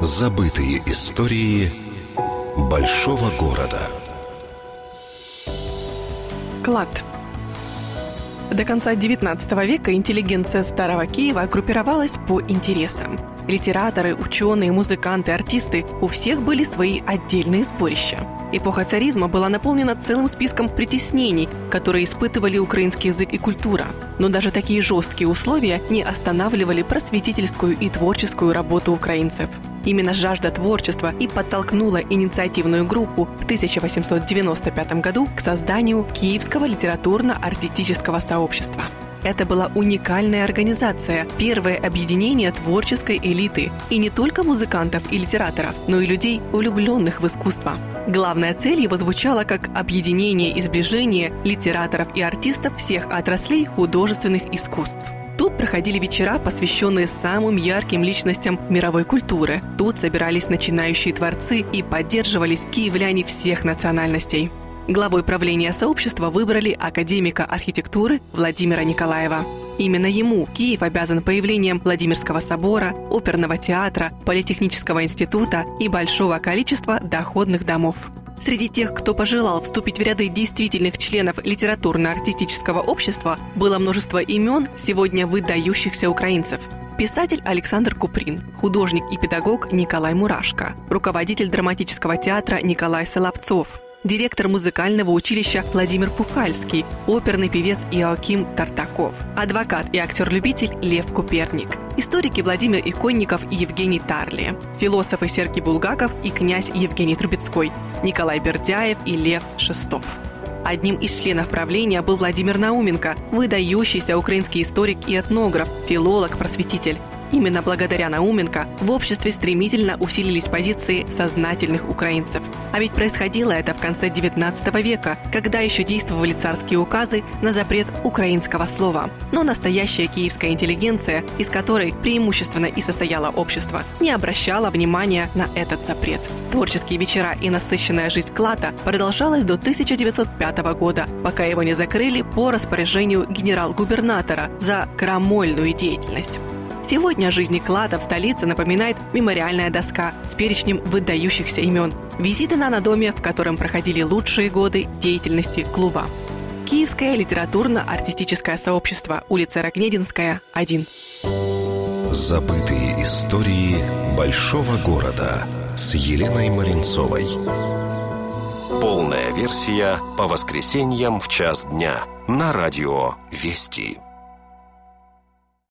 Забытые истории большого города. Клад. До конца XIX века интеллигенция Старого Киева группировалась по интересам. Литераторы, ученые, музыканты, артисты – у всех были свои отдельные сборища. Эпоха царизма была наполнена целым списком притеснений, которые испытывали украинский язык и культура. Но даже такие жесткие условия не останавливали просветительскую и творческую работу украинцев. Именно жажда творчества и подтолкнула инициативную группу в 1895 году к созданию Киевского литературно-артистического сообщества. Это была уникальная организация, первое объединение творческой элиты, и не только музыкантов и литераторов, но и людей, влюбленных в искусство. Главная цель его звучала как объединение и сближение литераторов и артистов всех отраслей художественных искусств. Тут проходили вечера, посвященные самым ярким личностям мировой культуры. Тут собирались начинающие творцы и поддерживались киевляне всех национальностей. Главой правления сообщества выбрали академика архитектуры Владимира Николаева. Именно ему Киев обязан появлением Владимирского собора, оперного театра, политехнического института и большого количества доходных домов. Среди тех, кто пожелал вступить в ряды действительных членов литературно-артистического общества, было множество имен сегодня выдающихся украинцев. Писатель Александр Куприн, художник и педагог Николай Мурашко, руководитель драматического театра Николай Соловцов, директор музыкального училища Владимир Пухальский, оперный певец Иоаким Тартаков, адвокат и актер-любитель Лев Куперник, историки Владимир Иконников и Евгений Тарли, философы Сергей Булгаков и князь Евгений Трубецкой, Николай Бердяев и Лев Шестов. Одним из членов правления был Владимир Науменко, выдающийся украинский историк и этнограф, филолог, просветитель. Именно благодаря Науменко в обществе стремительно усилились позиции сознательных украинцев. А ведь происходило это в конце XIX века, когда еще действовали царские указы на запрет украинского слова. Но настоящая киевская интеллигенция, из которой преимущественно и состояло общество, не обращала внимания на этот запрет. Творческие вечера и насыщенная жизнь клада продолжалась до 1905 года, пока его не закрыли по распоряжению генерал-губернатора за крамольную деятельность. Сегодня о жизни клада в столице напоминает мемориальная доска с перечнем выдающихся имен, визитина на доме, в котором проходили лучшие годы деятельности клуба. Киевское литературно-артистическое сообщество, улица Рогнединская, 1. Забытые истории большого города с Еленой Маринцовой. Полная версия по воскресеньям в час дня на радио Вести.